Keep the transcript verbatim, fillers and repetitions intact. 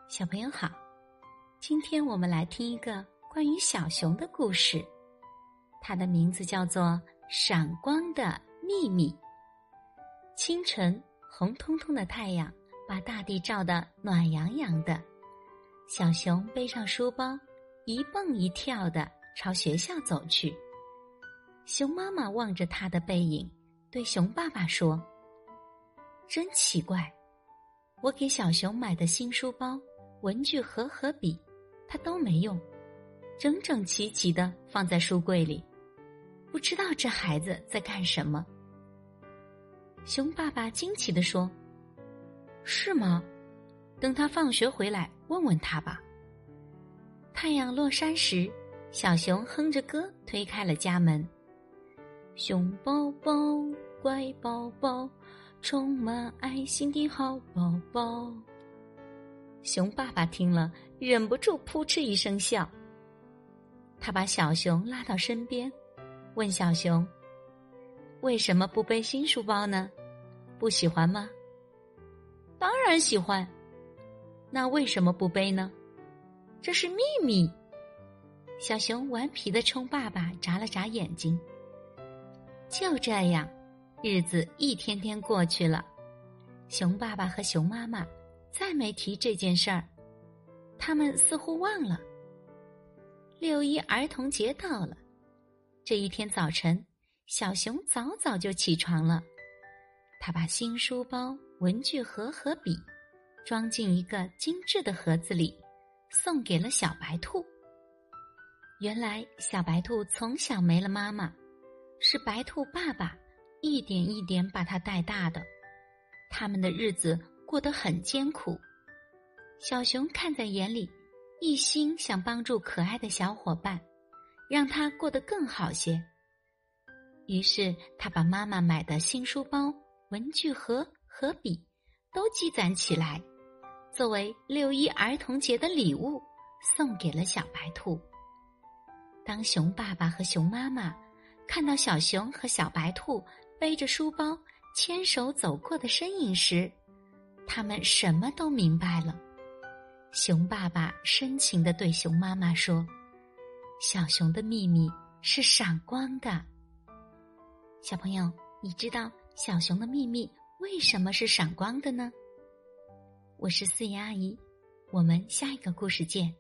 小朋友好，今天我们来听一个关于小熊的故事，它的名字叫做《闪光的秘密》。清晨，红彤彤的太阳把大地照得暖洋洋的，小熊背上书包，一蹦一跳地朝学校走去。熊妈妈望着它的背影，对熊爸爸说：真奇怪，我给小熊买的新书包、文具盒和笔，它都没用，整整齐齐地放在书柜里，不知道这孩子在干什么。熊爸爸惊奇地说：是吗？等他放学回来问问他吧。太阳落山时，小熊哼着歌推开了家门。熊宝宝，乖宝宝，充满爱心的好宝宝。熊爸爸听了，忍不住扑哧一声笑。他把小熊拉到身边，问小熊：为什么不背新书包呢？不喜欢吗？当然喜欢。那为什么不背呢？这是秘密。小熊顽皮地冲爸爸眨了眨眼睛。就这样，日子一天天过去了，熊爸爸和熊妈妈再没提这件事儿，他们似乎忘了。六一儿童节到了，这一天早晨，小熊早早就起床了。他把新书包、文具盒和笔装进一个精致的盒子里，送给了小白兔。原来小白兔从小没了妈妈，是白兔爸爸一点一点把它带大的，他们的日子过得很艰苦。小熊看在眼里，一心想帮助可爱的小伙伴，让他过得更好些。于是他把妈妈买的新书包、文具盒和笔都积攒起来，作为六一儿童节的礼物送给了小白兔。当熊爸爸和熊妈妈看到小熊和小白兔背着书包牵手走过的身影时，他们什么都明白了。熊爸爸深情地对熊妈妈说：小熊的秘密是闪光的。小朋友，你知道小熊的秘密为什么是闪光的呢？我是思妍阿姨，我们下一个故事见。